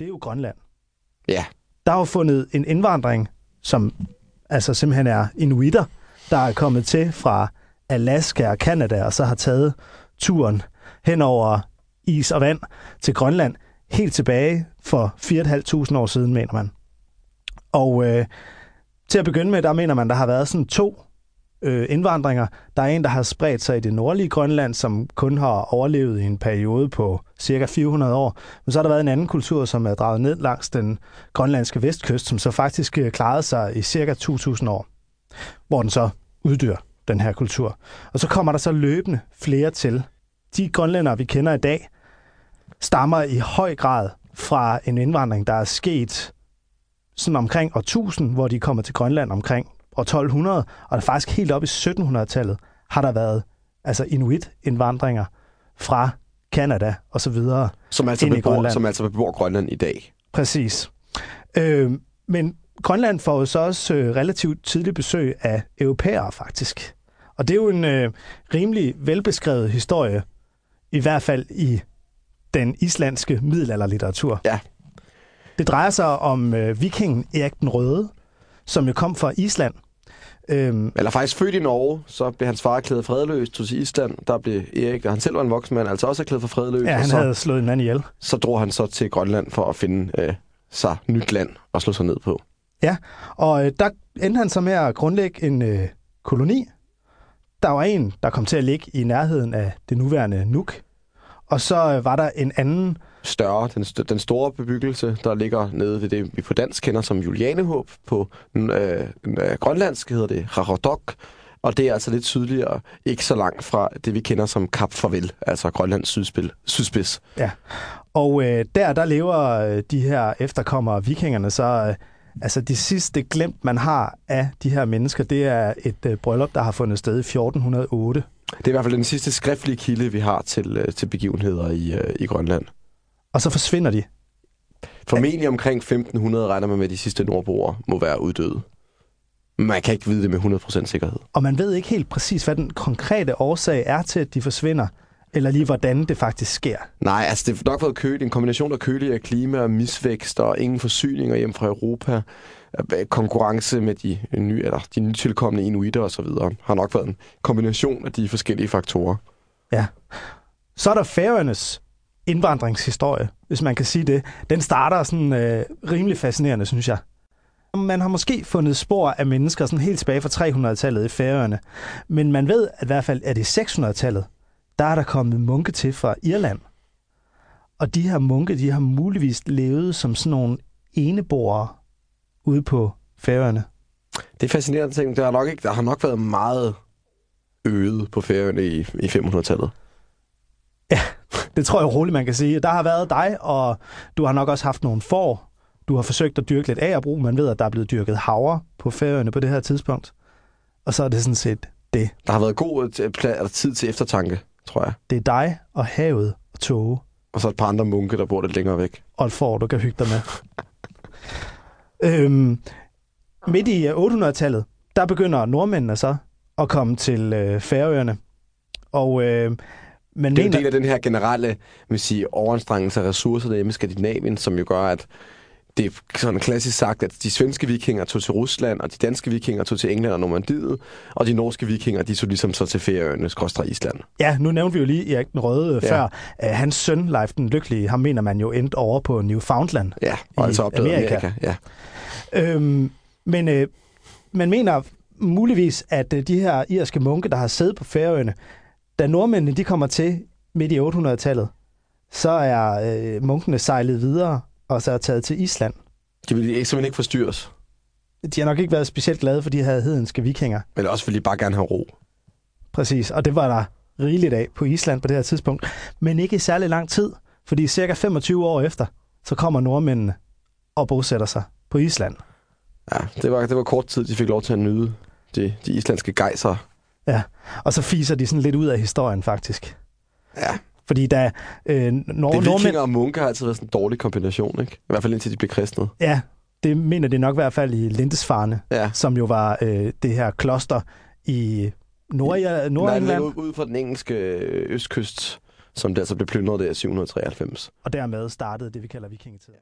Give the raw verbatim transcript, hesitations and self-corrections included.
det er jo Grønland. Ja. Der er jo fundet en indvandring, som altså simpelthen er inuitter, der er kommet til fra Alaska og Canada, og så har taget turen hen over is og vand til Grønland, helt tilbage for fire tusind fem hundrede år siden, mener man. Og øh, til at begynde med, der mener man, der har været sådan to øh, indvandringer. Der er en, der har spredt sig i det nordlige Grønland, som kun har overlevet i en periode på cirka fire hundrede år. Men så har der været en anden kultur, som er draget ned langs den grønlandske vestkyst, som så faktisk øh, klarede sig i cirka to tusind år, hvor den så uddør, den her kultur. Og så kommer der så løbende flere til. De grønlændere, vi kender i dag, stammer i høj grad fra en indvandring, der er sket sådan omkring år tusind, hvor de kommer til Grønland omkring år tolv hundrede, og der faktisk helt op i sytten hundrede-tallet har der været altså inuit-indvandringer fra Canada og så videre. Som altså, bebor, som altså bebor Grønland i dag. Præcis. Øh, men Grønland får jo så også øh, relativt tidligt besøg af europæere, faktisk. Og det er jo en øh, rimelig velbeskrevet historie, i hvert fald i den islandske middelalderlitteratur. Ja. Det drejer sig om øh, vikingen Erik den Røde, som jo kom fra Island. Øhm, Eller faktisk født i Norge, så blev hans far erklæret fredløs, tog til Island. Der blev Erik, da han selv var en voksen mand, altså også erklæret for fredløs. Ja, han og så, havde slået en mand ihjel. Så drog han så til Grønland for at finde øh, sig nyt land og slå sig ned på. Ja, og øh, der endte han så med at grundlægge en øh, koloni. Der var en, der kom til at ligge i nærheden af det nuværende Nuuk. Og så øh, var der en anden... Større, den, st- den store bebyggelse, der ligger nede ved det, vi på dansk kender som Julianehåb. På øh, øh, grønlandsk hedder det Qaqortoq, og det er altså lidt sydligere, ikke så langt fra det, vi kender som Kap Farvel, altså Grønlands sydspil, sydspids. Ja, og øh, der, der lever øh, de her efterkommere vikingerne, så øh, altså det sidste glemt, man har af de her mennesker, det er et øh, bryllup, der har fundet sted i fjorten hundrede og otte. Det er i hvert fald den sidste skriftlige kilde, vi har til, øh, til begivenheder i, øh, i Grønland. Og så forsvinder de. Formentlig omkring femten hundrede regner man med, at de sidste nordboere må være uddøde. Man kan ikke vide det med hundrede procent sikkerhed. Og man ved ikke helt præcis, hvad den konkrete årsag er til, at de forsvinder, eller lige hvordan det faktisk sker. Nej, altså det har nok været køligt. En kombination af køligere klima og misvækst og ingen forsyninger hjem fra Europa. Konkurrence med de, nye, eller de nytilkommende inuitter osv. har nok været en kombination af de forskellige faktorer. Ja. Så er der Færøernes indvandringshistorie, hvis man kan sige det. Den starter sådan øh, rimelig fascinerende, synes jeg. Man har måske fundet spor af mennesker sådan helt tilbage fra tre hundrede-tallet i Færøerne, men man ved at i hvert fald, at i seks hundrede-tallet, der er der kommet munke til fra Irland. Og de her munke, de har muligvis levet som sådan nogle eneboere ude på Færøerne. Det er fascinerende ting. Der har nok, ikke, der har nok været meget øget på Færøerne i, i fem hundrede-tallet. Ja, det tror jeg roligt, man kan sige. Der har været dig, og du har nok også haft nogle får. Du har forsøgt at dyrke lidt agerbrug. Man ved, at der er blevet dyrket havre på Færøerne på det her tidspunkt. Og så er det sådan set det. Der har været god tid til eftertanke, tror jeg. Det er dig og havet og tåge. Og så et par andre munke, der bor lidt længere væk. Og et får, du kan hygge dig med. øhm, midt i otte hundrede-tallet, der begynder nordmændene så at komme til øh, Færøerne. Og... Øh, Men det er mener... en del af den her generelle vil sige, overanstrengelse af ressourcer derhjemme i Skandinavien, som jo gør, at det er sådan klassisk sagt, at de svenske vikinger tog til Rusland, og de danske vikinger tog til England og Normandiet, og de norske vikinger, de tog ligesom så til Færøerne, skråstreg Island. Ja, nu nævnte vi jo lige Erik den Røde ja. før. Uh, hans søn, Leif den Lykkelige, ham mener man jo endte over på Newfoundland. Ja, og altså opdaget Amerika. Amerika ja. øhm, men øh, man mener muligvis, at øh, de her irske munke, der har siddet på Færøerne, da nordmændene de kommer til midt i otte hundrede-tallet, så er øh, munkene sejlet videre, og så er taget til Island. De vil simpelthen ikke forstyrres. De har nok ikke været specielt glade for de her hedenske vikinger. Men også fordi de bare gerne have ro. Præcis, og det var der rigeligt af på Island på det her tidspunkt. Men ikke i særlig lang tid, fordi cirka femogtyve år efter, så kommer nordmændene og bosætter sig på Island. Ja, det var, det var kort tid, de fik lov til at nyde de, de islandske gejser. Ja, og så fiser de sådan lidt ud af historien, faktisk. Ja. Fordi da... Øh, nord- det vikinger nordmænd... og munke har altid været sådan en dårlig kombination, ikke? I hvert fald indtil de blev kristnet. Ja, det mener de nok i hvert fald i Lindisfarne, ja. som jo var øh, det her kloster i Nord- Nordengland. Nej, ud fra den engelske østkyst, som der så blev plyndret der i syv hundrede treoghalvfems. Og dermed startede det, vi kalder vikingetid.